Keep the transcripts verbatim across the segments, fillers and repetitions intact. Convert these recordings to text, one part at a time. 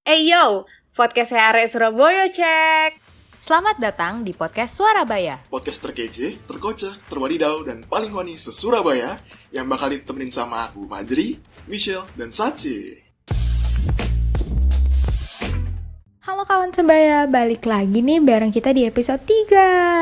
Eh yo, podcast Arek Surabaya cek. Selamat datang di podcast Suarabaya. Podcast terkece, terkocak, terwadidaw, dan paling wani se-Surabaya yang bakal ditemenin sama aku, Fajri, Michelle, dan Sace. Halo kawan sebaya, balik lagi nih bareng kita di episode tiga.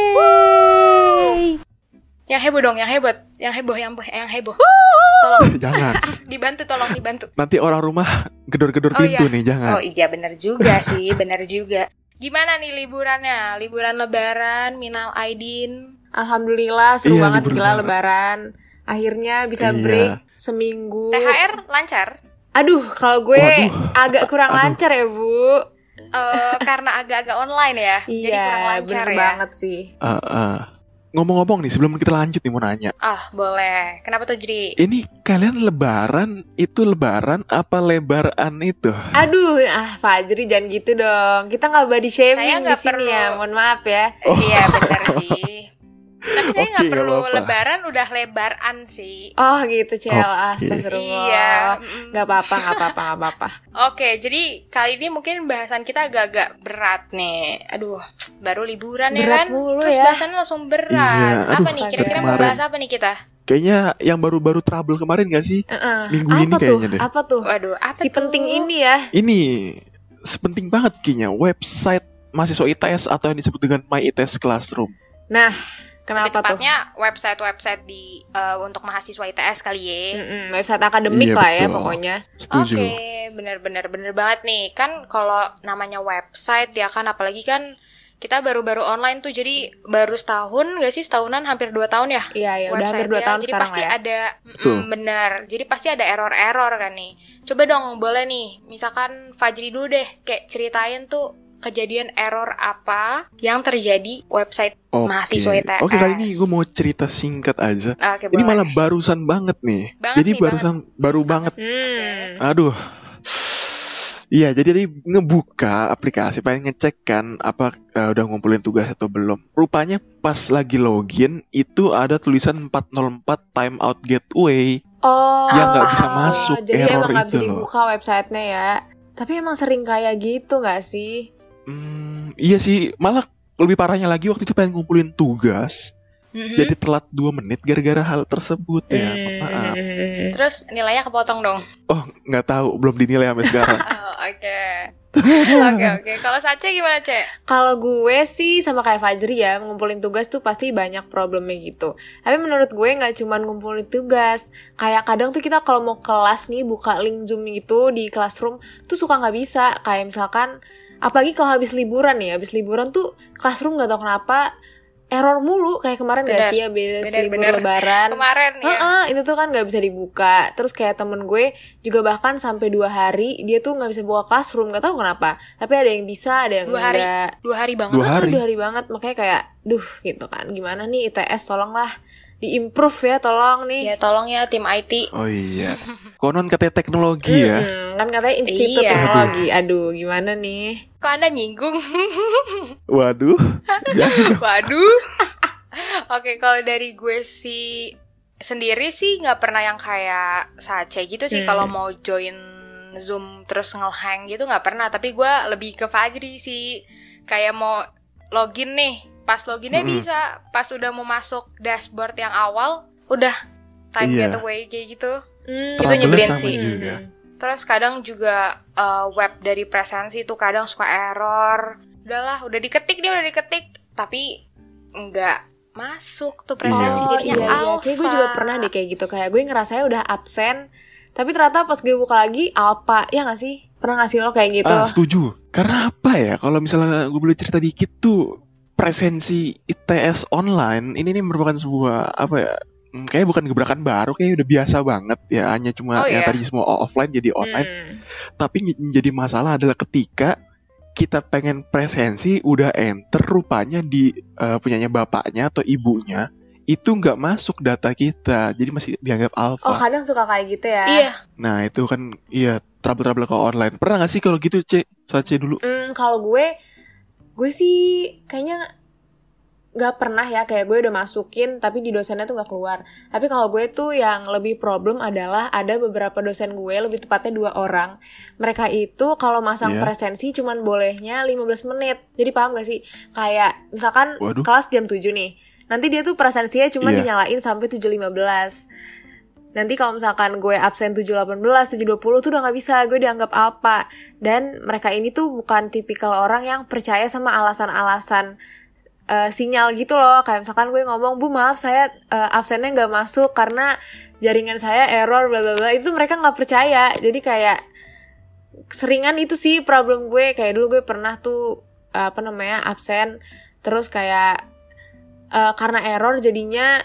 Yeay! Yang heboh dong, yang hebat, yang heboh, yang yang heboh. Tolong. Jangan. dibantu, tolong dibantu. Nanti orang rumah gedor-gedor Oh, pintu iya. nih, jangan. Oh iya, benar juga sih, benar juga. Gimana nih liburannya? Liburan Lebaran, Minal Aidin. Alhamdulillah seru Iya, banget libur gila banget. lebaran. Akhirnya bisa Iya. break seminggu. T H R lancar? Aduh, kalau gue Waduh. agak kurang Aduh. lancar ya, Bu. Eh, karena agak-agak online ya, jadi kurang Iya, lancar bener ya. banget sih. Uh, uh. Ngomong-ngomong nih, sebelum kita lanjut nih mau nanya. Ah, boleh. Kenapa tuh Jri? Ini kalian lebaran, itu lebaran apa lebaran itu? Aduh, ah Fajri jangan gitu dong. Kita nggak body Saya shaming di nggak sini perlu. ya. Mohon maaf ya. Iya, benar sih. Tapi saya Oke, nggak nggak perlu apa-apa. lebaran, udah lebaran sih. Oh gitu, Cel. Oke. Astagfirullah. Iya. mm. Nggak apa-apa, nggak apa-apa, nggak apa-apa. Oke, jadi kali ini mungkin bahasan kita agak-agak berat nih. Aduh, baru liburan ya Berat kan? mulu Terus ya. bahasannya langsung berat. Iya, aduh, Apa nih? Kira-kira mau kemarin. bahas apa nih kita? Kayaknya yang baru-baru trouble kemarin gak sih? Uh-uh. Minggu apa ini tuh? kayaknya deh. Apa tuh? Waduh, apa Si tuh? penting ini ya. Ini sepenting banget kayaknya website mahasiswa I T S atau yang disebut dengan My I T S Classroom. Nah, Lebih kenapa tuh? tepatnya website-website di eh, untuk mahasiswa I T S kali ya. Mm-mm, website akademik Iya, lah ya betul. pokoknya. Setuju. Oke, bener-bener bener banget nih. Kan kalau namanya website ya kan, apalagi kan kita baru-baru online tuh, jadi baru setahun gak sih? Setahunan, hampir dua tahun ya? Iya, ya udah hampir dua website-nya. tahun Jadi sekarang pasti lah ya. ada, Betul. mm, bener. Jadi pasti ada error-error kan nih. Coba dong, boleh nih. Misalkan Fajri dulu deh, kayak ceritain tuh kejadian error apa yang terjadi website Oke. mahasiswa I T S. Oke, kali ini gue mau cerita singkat aja. Oke, Ini boleh. malah barusan banget nih. Banget jadi nih, barusan baru banget. Hmm. Aduh. Iya, jadi tadi ngebuka aplikasi pengen ngecek kan apa eh, udah ngumpulin tugas atau belum. Rupanya pas lagi login itu ada tulisan empat nol empat timeout gateway. Oh, Yang nggak bisa masuk, jadi error emang nggak bisa itu loh. dibuka websitenya ya. Tapi emang sering kayak gitu nggak sih? Hmm, iya sih, malah lebih parahnya lagi waktu itu pengen ngumpulin tugas. Mhm. Jadi telat dua menit gara-gara hal tersebut ya. Mohon maaf. Hmm. Terus nilainya kepotong dong. Oh, nggak tahu, belum dinilai sampai sekarang. Oh, oke. Oke, oke. Kalau Sace gimana, Cek? Kalau gue sih sama kayak Fajri ya, ngumpulin tugas tuh pasti banyak problemnya gitu. Tapi menurut gue nggak cuma ngumpulin tugas. Kayak kadang tuh kita kalau mau kelas nih buka link Zoom gitu di Classroom tuh suka nggak bisa. Kayak misalkan, apalagi kalau habis liburan nih, habis liburan tuh Classroom nggak tahu kenapa error mulu. Kayak kemarin Bener. nggak sih habis Bener, libur bener. lebaran. Kemarin ya. Heeh, itu tuh kan nggak bisa dibuka. Terus kayak temen gue juga bahkan sampai dua hari dia tuh nggak bisa buka Classroom, nggak tahu kenapa. Tapi ada yang bisa, ada yang Dua hari. enggak. Dua hari banget. Dua Ah, hari. dua hari banget. Makanya kayak, duh gitu kan. Gimana nih I T S, tolonglah di-improve ya, tolong nih. Ya tolong ya tim I T. Oh iya. Konon katanya teknologi ya. Mm-mm, kan katanya Institut Iya. Teknologi. Aduh, gimana nih? Kok Anda nyinggung? Waduh. Jangan. Waduh. Oke, kalau dari gue sih sendiri sih nggak pernah yang kayak Sace gitu sih. Hmm. Kalau mau join Zoom terus nge-hang gitu nggak pernah. Tapi gue lebih ke Fajri sih. Kayak mau login nih, pas loginnya Mm-mm. bisa. Pas udah mau masuk dashboard yang awal, udah time Iya. getaway kayak gitu. Hmm. Itu Trouble-nya nyebelin sama sih. juga. Terus kadang juga uh, web dari presensi tuh kadang suka error. Udahlah, udah diketik dia udah diketik, tapi nggak masuk tuh presensi Oh jadinya iya, iya. alpha. Kayak gue juga pernah deh kayak gitu. Kayak gue ngerasanya udah absen, tapi ternyata pas gue buka lagi alpha. Ya gak sih? Pernah gak sih lo kayak gitu? Ah, setuju. Karena apa ya? Kalau misalnya gue boleh cerita dikit tuh, presensi I T S online ini nih merupakan sebuah apa ya? hmm, Kayaknya bukan gebrakan baru, kayak udah biasa banget ya. Hanya cuma Oh, yang iya. tadi semua offline jadi online. Hmm. Tapi ng- menjadi masalah adalah ketika kita pengen presensi udah enter, rupanya di eh, punyanya bapaknya atau ibunya itu nggak masuk data kita, jadi masih dianggap Oh alpha. kadang suka kayak gitu ya. Iya, Nah itu kan iya trouble-trouble kalau online. Pernah nggak sih kalau gitu, Cek? Sace dulu. Hmm, kalau gue, gue sih kayaknya nggak pernah ya kayak gue udah masukin tapi di dosennya tuh nggak keluar. Tapi kalau gue tuh yang lebih problem adalah ada beberapa dosen gue, lebih tepatnya dua orang. Mereka itu kalau masang Iya. presensi cuman bolehnya lima belas menit. Jadi paham gak sih? Kayak misalkan Waduh. kelas jam tujuh nih. Nanti dia tuh presensinya cuma Iya. dinyalain sampai tujuh lima belas. Nanti kalau misalkan gue absen tujuh delapan belas, tujuh dua puluh tuh udah gak bisa, gue dianggap apa. Dan mereka ini tuh bukan tipikal orang yang percaya sama alasan-alasan uh, sinyal gitu loh. Kayak misalkan gue ngomong, "Bu maaf saya uh, absennya gak masuk karena jaringan saya error bla bla bla." Itu mereka gak percaya. Jadi kayak seringan itu sih problem gue. Kayak dulu gue pernah tuh uh, apa namanya absen, terus kayak uh, karena error jadinya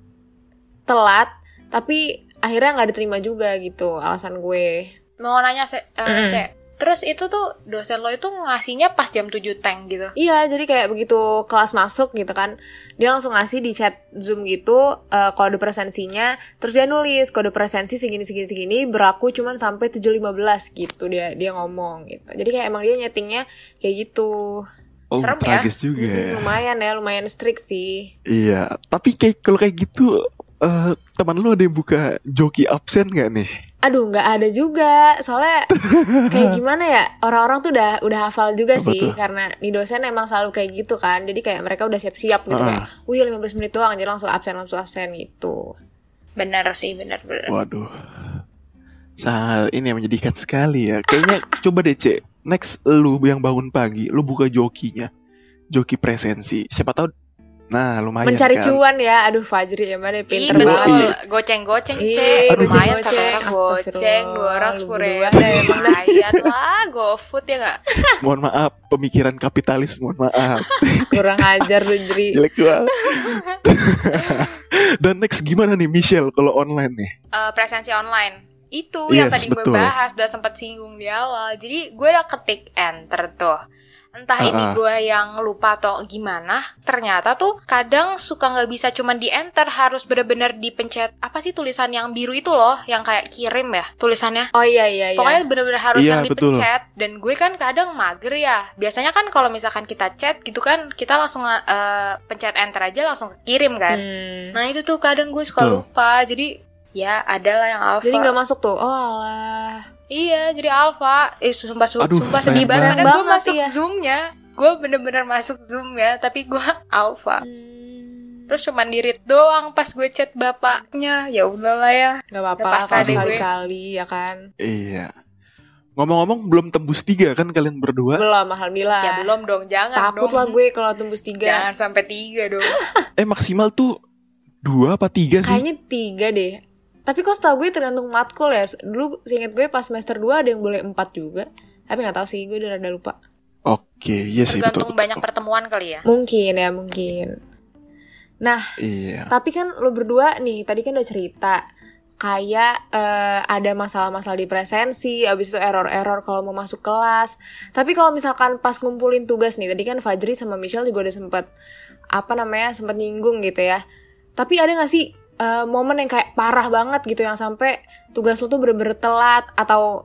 telat, tapi akhirnya nggak diterima juga gitu alasan gue. Mau nanya se- uh, Mm. Cek, terus itu tuh dosen lo itu ngasihnya pas jam tujuh teng gitu? Iya, jadi kayak begitu kelas masuk gitu kan, dia langsung ngasih di chat Zoom gitu uh, kode presensinya, terus dia nulis kode presensi segini segini segini berlaku cuman sampai tujuh lima belas gitu, dia dia ngomong gitu. Jadi kayak emang dia nyetingnya kayak gitu. Oh, Serem ya? tragis juga. Hmm, lumayan ya, lumayan strict sih. Iya, tapi kayak kalau kayak gitu eh teman lu ada yang buka joki absen gak nih? Aduh, nggak ada juga. Soalnya kayak gimana ya? Orang-orang tuh udah udah hafal juga Apa sih, tuh? karena di dosen emang selalu kayak gitu kan. Jadi kayak mereka udah siap-siap gitu Ah. kayak, "Wih, lima belas menit doang." Jadi langsung absen, langsung absen gitu. Bener sih, bener-bener. Waduh. Sangat ini yang menyedihkan sekali ya. Kayaknya coba deh Cek, next lu yang bangun pagi, lu buka jokinya. Joki presensi. Siapa tahu nah lumayan Mencari kan. cuan ya. Aduh, Fajri emang deh Ih, pinter Betul. banget. betul. Iya. Goceng-goceng, Ih, Cek. Aduh, Lumayan satu goceng. orang goceng, Astagfirullah, dua orang lu sepuluh berdua ribu. dah emang dah. Lumayan lah, GoFood ya nggak? Mohon maaf, pemikiran kapitalis, mohon maaf. Kurang ajar lu, Jri. Jelek banget. Dan next gimana nih Michelle kalau online nih? Eh, presensi online. Itu yang Yes, tadi gue betul. bahas, udah sempat singgung di awal. Jadi gue udah ketik enter tuh. Entah ini Uh-uh. gue yang lupa atau gimana, ternyata tuh kadang suka nggak bisa cuman di enter, harus bener-bener dipencet. Apa sih tulisan yang biru itu loh, yang kayak kirim ya tulisannya. Oh iya iya iya. Pokoknya bener-bener harus Iya, yang betul. dipencet. Dan gue kan kadang mager ya. Biasanya kan kalau misalkan kita chat gitu kan, kita langsung eh, pencet enter aja langsung kekirim kan. Hmm. Nah itu tuh kadang gue suka Betul. lupa. Jadi ya adalah yang alpha. Jadi nggak masuk tuh. Oh alah. Iya, jadi alpha. Eh, sumpah, su- Aduh, sumpah sayang sedih banget. banget. Padahal gue Banget, masuk iya. Zoom-nya. Gue bener-bener masuk Zoom ya, tapi gue alpha. Hmm. Terus cuman di-read doang pas gue chat bapaknya. Ya udahlah ya. Nggak apa-apa Udah lah pasrah kalau deh gue. sekali-kali ya kan. Iya. Ngomong-ngomong belum tembus tiga kan kalian berdua? Belum, alhamdulillah. Ya belum dong, jangan Takut dong. lah gue kalau tembus tiga. Jangan sampai tiga dong. Eh maksimal tuh dua apa tiga sih? Kayaknya tiga deh. Tapi kok setahu gue tergantung matkul ya. Dulu seinget gue pas semester dua ada yang boleh empat juga. Tapi gak tahu sih, gue udah rada lupa. Oke, iya sih betul. Tergantung banyak pertemuan kali ya. Mungkin ya, mungkin. Nah, Iya. tapi kan lo berdua nih, tadi kan udah cerita. Kayak eh, ada masalah-masalah di presensi, abis itu error-error kalau mau masuk kelas. Tapi kalau misalkan pas ngumpulin tugas nih, tadi kan Fajri sama Michelle juga udah sempet, apa namanya, sempet nyinggung gitu ya. Tapi ada gak sih eh, momen yang kayak parah banget gitu, yang sampai tugas lo tuh bener-bener telat, atau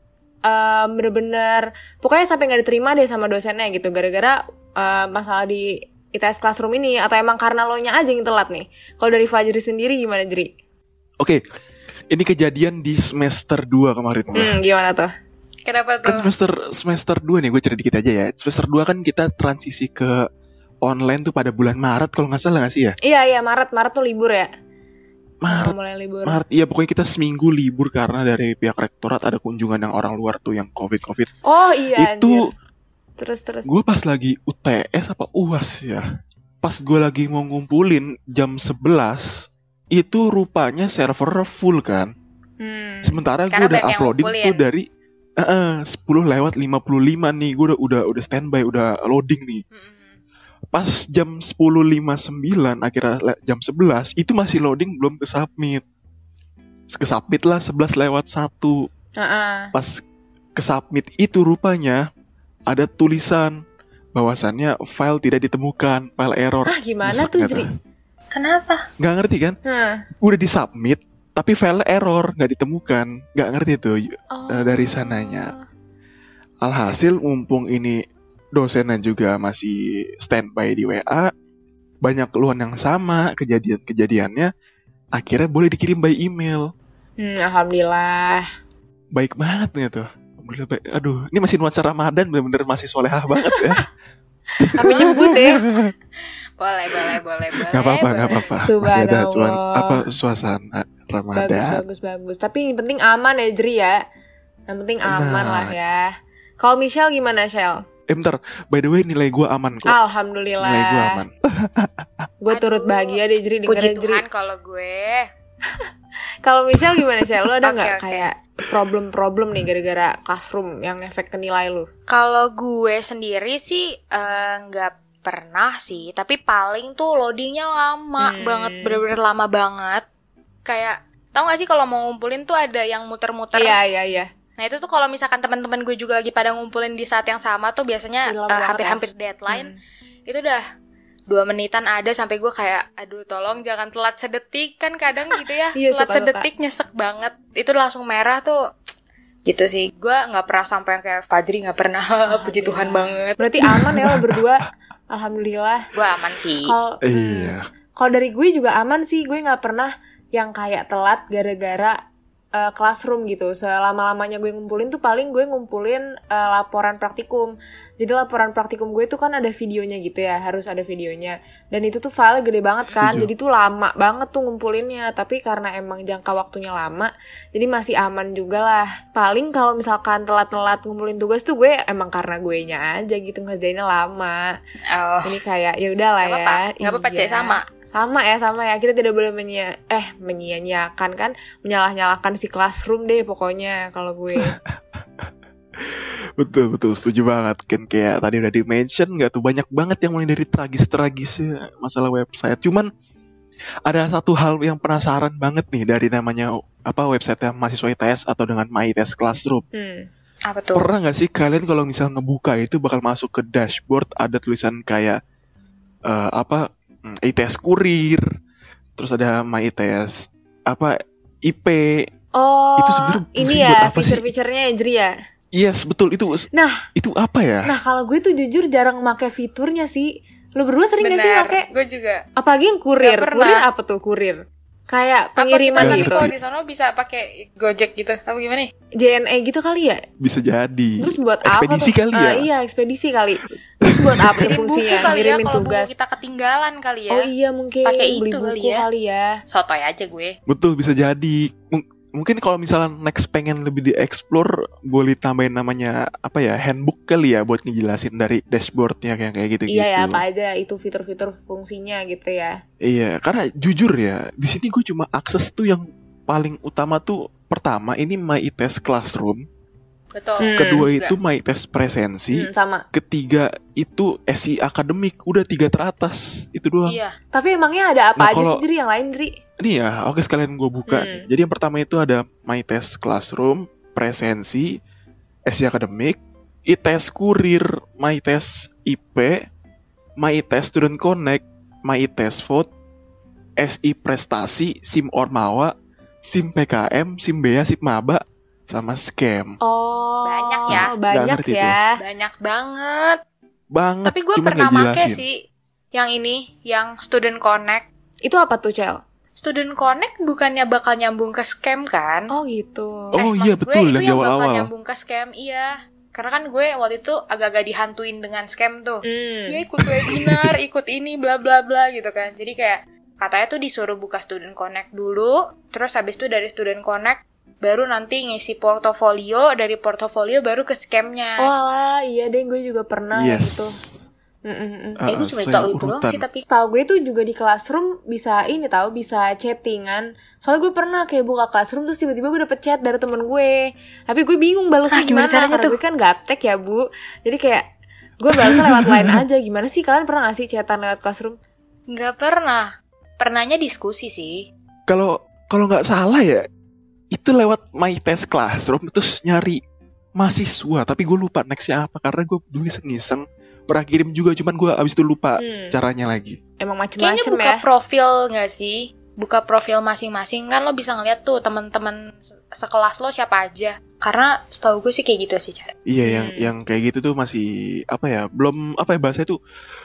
eh, bener-bener, pokoknya sampai gak diterima deh sama dosennya gitu, gara-gara eh, masalah di I T S Classroom ini, atau emang karena lo nya aja yang telat nih? Kalau dari Fajri sendiri gimana, Jri? Oke. Ini kejadian di semester dua kemarin gua. Hmm, gimana tuh? Kenapa Kan tuh? semester semester dua nih, gue cerita dikit aja ya. Semester dua kan kita transisi ke online tuh pada bulan Maret kalau nggak salah nggak sih ya? Iya, iya, Maret, Maret tuh libur ya? Maret, Oh, mulai libur. Maret. Iya pokoknya kita seminggu libur karena dari pihak rektorat ada kunjungan yang orang luar tuh yang covid covid. Oh iya, Itu anjir. Terus, terus. gue pas lagi U T S apa U A S ya. Pas gue lagi mau ngumpulin jam sebelas itu rupanya server full kan. Hmm. Sementara gue Karena udah banyak yang uploading ngumpulin. tuh dari eh, eh, sepuluh lewat lima puluh lima nih. Gue udah udah udah standby, udah loading nih. Mm-mm. Pas jam sepuluh lima puluh sembilan akhirnya le- jam sebelas itu masih loading belum ke submit. Ke submit lah sebelas lewat satu. Uh-uh. Pas ke submit itu rupanya ada tulisan bahwasannya file tidak ditemukan, file error. Hah, gimana Nyesek tuh, nggak Jri? Kenapa? Nggak ngerti kan? Hah. Udah di submit tapi file error, nggak ditemukan. Nggak ngerti tuh. Oh. Eh, dari sananya. Alhasil mumpung ini dosennya juga masih standby di W A, banyak keluhan yang sama, kejadian-kejadiannya akhirnya boleh dikirim by email. Hmm, alhamdulillah. Baik banget nih tuh. Alhamdulillah baik. Aduh, ini masih nuansa Ramadan, bener-bener masih solehah banget ya. Tapi nyebut ya. Boleh, boleh, boleh, boleh. Gak apa-apa, boleh. gak apa-apa. Masih ada Subhanallah. cuan apa suasana Ramadan. Bagus, bagus, bagus. Tapi yang penting aman ya, Jri ya. Yang penting aman Nah. lah ya. Kalau Michelle gimana, Shell? Eh bentar, by the way nilai gue aman kok. Alhamdulillah. Nilai gue aman. Gue turut Aduh, bahagia deh, Jri, Puji dengerin Jri. Tuhan kalau gue. Kalau Michelle gimana, Shell? Lu ada Oke, nggak oke. kayak problem-problem nih gara-gara classroom yang efek ke nilai lu? Kalau gue sendiri sih eh, nggak pernah sih, tapi paling tuh loadingnya lama Hmm. banget, bener-bener lama banget. Kayak tau gak sih kalau mau ngumpulin tuh ada yang muter-muter. Iya, iya, iya. Nah itu tuh kalau misalkan teman-teman gue juga lagi pada ngumpulin di saat yang sama tuh biasanya Ih, lama eh, banget hampir-hampir deadline. Hmm. Itu udah dua menitan ada sampai gue kayak aduh tolong jangan telat sedetik, kan kadang gitu ya. Iya, Telat suka-suka. sedetik nyesek banget. Itu langsung merah tuh. Gitu sih. Gue nggak pernah sampai yang kayak Fajri, nggak pernah. Puji Tuhan banget. Berarti aman ya lo berdua. Alhamdulillah. Gue aman sih. Kalau Iya. kalau dari gue juga aman sih. Gue nggak pernah yang kayak telat gara-gara uh, classroom gitu. Selama-lamanya gue ngumpulin tuh paling gue ngumpulin uh, laporan praktikum. Jadi laporan praktikum gue tuh kan ada videonya gitu ya, harus ada videonya. Dan itu tuh file gede banget kan. Setuju. Jadi tuh lama banget tuh ngumpulinnya. Tapi karena emang jangka waktunya lama, jadi masih aman juga lah. Paling kalau misalkan telat-telat ngumpulin tugas tuh gue emang karena gue nya aja gitu ngerjainnya lama. Oh. Ini kayak ya udahlah Nggak ya. apa-apa. Nggak apa-apa, Cek, sama. Sama ya, sama ya. Kita tidak boleh menyia eh menyia-nyiakan kan, menyalah-nyalahkan si classroom deh pokoknya kalau gue. Betul, betul, setuju banget. Kan kayak tadi udah di-mention gak tuh, banyak banget yang mulai dari tragis-tragisnya masalah website. Cuman ada satu hal yang penasaran banget nih dari namanya apa website mahasiswa I T S atau dengan MyITS Classroom. Hmm. Apa tuh? Pernah gak sih kalian kalau misal ngebuka itu bakal masuk ke dashboard, ada tulisan kayak eh, apa hmm, I T S Kurir, terus ada MyITS apa I P. Oh, Itu sebenarnya ini fungsinya ya buat apa sih? fitur-fiturnya ya, Jri ya. Yes, betul itu. Nah. Itu apa ya? Nah, kalau gue tuh jujur jarang make fiturnya sih. Lu berdua sering gak sih Bener, make? gue juga. Apalagi yang kurir. Nggak pernah. Kurir apa tuh kurir? Kayak Apa kita pengiriman Nggak nanti gitu. kalau ngerti. di sana bisa pakai Gojek gitu? Apa gimana nih? J N E gitu kali ya? Bisa jadi. Terus buat Ekspedisi apa tuh? kali ya? Ah, iya, ekspedisi kali. Terus buat apa tuh Kirim buku fungsinya? kali ya, Ngirimin kalau tugas. buku kita ketinggalan kali ya. Oh iya, mungkin Pakai beli itu buku kali ya. kali ya. Sotoy aja gue. Betul, bisa jadi. M- mungkin kalau misalnya next pengen lebih di-explore, boleh tambahin namanya apa ya, handbook kali ya buat ngejelasin dari dashboardnya kayak kayak gitu-gitu. Iya ya, apa aja itu fitur-fitur fungsinya gitu ya. Iya, karena jujur ya, di sini gue cuma akses tuh yang paling utama tuh pertama ini MyITS Classroom, Betul. Hmm. kedua juga. itu MyITS Presensi, Hmm, sama. ketiga itu S I Akademik, udah tiga teratas itu doang. Iya. Tapi emangnya ada apa Nah, aja kalau- sih, Jri, yang lain, Jri? Ini ya, oke sekalian gue buka Hmm. nih. Jadi yang pertama itu ada MyITS Classroom, Presensi, S I Akademik, I T S Kurir, MyITS I P, MyITS Student Connect, MyITS Vote, S I Prestasi, SIM Ormawa, SIM P K M, SIM Bea, SIM Maba, sama Scam. Oh, Banyak ya. Banyak Nggak ngerti ya. Banyak banget. Banget, Tapi gue cuman pernah nggak make jelasin. sih yang ini, yang Student Connect. Itu apa tuh, Cel? Student Connect bukannya bakal nyambung ke scam kan? Oh gitu. Oh, Eh, iya, maksud betul, gue, lagi itu yang bakal awal-awal. nyambung ke scam, iya. Karena kan gue waktu itu agak-agak dihantuin dengan scam tuh. Hmm. Dia ikut webinar, ikut ini, bla bla bla gitu kan. Jadi kayak katanya tuh disuruh buka Student Connect dulu, terus habis itu dari Student Connect baru nanti ngisi portofolio, dari portofolio baru ke scamnya. Oh alah, iya deh, gue juga pernah yang Yes. gitu. Mm-mm-mm. Ah, Eh, gue cuma sesuai tahu itu doang urutan. sih tapi. Setahu gue tuh juga di Classroom bisa ini tahu bisa chattingan. Soalnya gue pernah kayak buka Classroom terus tiba-tiba gue dapet chat dari temen gue. Tapi gue bingung balasnya Ah, gimana gimana, caranya karena tuh? gue kan gaptek ya, Bu. Jadi kayak gue balasnya lewat line aja. Gimana sih, kalian pernah gak sih chatan lewat Classroom? Nggak pernah. Pernahnya diskusi sih. Kalau kalau nggak salah ya, itu lewat MyITS Classroom terus nyari mahasiswa, tapi gue lupa nextnya apa karena gue dulu iseng-iseng pernah kirim juga, cuman gue abis itu lupa Hmm. caranya lagi. Emang Kayaknya macem-macem buka ya. profil nggak sih? Buka profil masing-masing kan lo bisa ngeliat tuh teman-teman se- sekelas lo siapa aja. Karena setahu gue sih kayak gitu sih cara. Iya, yang Hmm. yang kayak gitu tuh masih apa ya? Belum apa ya bahasa itu?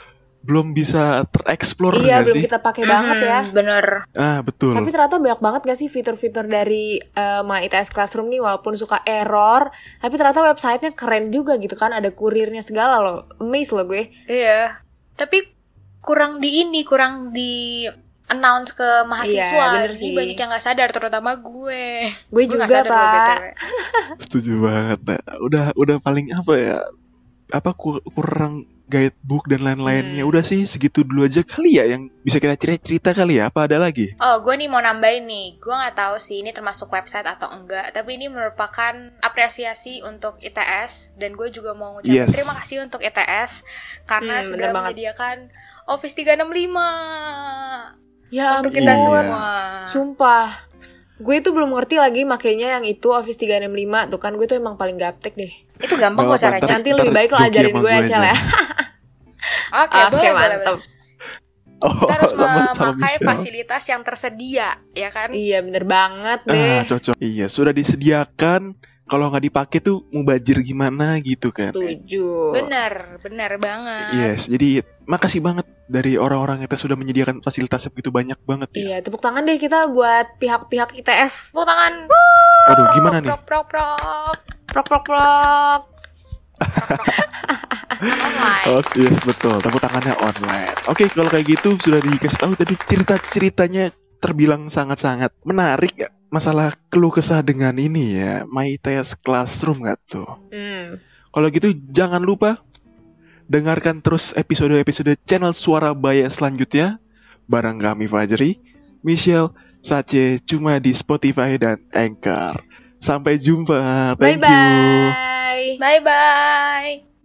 belum bisa tereksplor Iya, nggak belum sih? kita pakai banget ya. Mhm, bener. Ah betul. Tapi ternyata banyak banget gak sih fitur-fitur dari uh, My I T S Classroom nih, walaupun suka error, tapi ternyata websitenya keren juga gitu kan, ada kurirnya segala loh. Amazed loh gue. Iya. Tapi kurang di ini, kurang di announce ke mahasiswa. Iya, bener Jadi sih. banyak yang gak sadar, terutama gue. Gue Gue juga, nggak sadar loh, Pak. B T W. Setuju banget. Nah, udah udah paling apa ya? Apa kur- kurang guidebook dan lain-lainnya. Hmm. Udah sih segitu dulu aja kali ya yang bisa kita cerita-cerita kali ya. Apa ada lagi? Oh, gue nih mau nambahin nih. Gue nggak tahu sih ini termasuk website atau enggak. Tapi ini merupakan apresiasi untuk I T S. Dan gue juga mau ngucapin Yes. terima kasih untuk I T S. Karena Hmm, sudah bener banget. menyediakan Office tiga enam lima. Ya Untuk ampun, kita Iya. semua. sumpah. Gue tuh belum ngerti lagi makainya yang itu Office tiga enam lima tuh kan, gue tuh emang paling gaptek deh. Itu gampang Gak kok apa-apa, caranya. Nanti ntar lebih baik lo joki ajarin sama gue ya, gue Cel aja. ya. Oke, Oke, boleh, boleh, mantep. boleh. Oh, Kita harus sama- sama memakai Michelle. fasilitas yang tersedia, ya kan? Iya, bener banget Ah, deh. cocok. Iya, sudah disediakan. Kalau nggak dipakai tuh mubazir gimana gitu kan. Setuju. Bener, bener banget. Yes, jadi makasih banget dari orang-orang yang sudah menyediakan fasilitas begitu banyak banget ya. Iya, tepuk tangan deh kita buat pihak-pihak I T S. Tepuk tangan. Aduh, gimana nih? Prok, prok, prok. Prok prok prok. Online. Oh, yes, betul. Tepuk tangannya online. Oke, kalau kayak gitu sudah dikasih tahu tadi cerita-ceritanya terbilang sangat-sangat menarik ya. Masalah keluh kesah dengan ini ya, My I T S Classroom nggak tuh? Hmm. Kalau gitu jangan lupa dengarkan terus episode-episode channel Suara Baya selanjutnya bareng kami Fajri, Michelle, Sace cuma di Spotify dan Anchor. Sampai jumpa. Thank you. Bye bye. Bye-bye.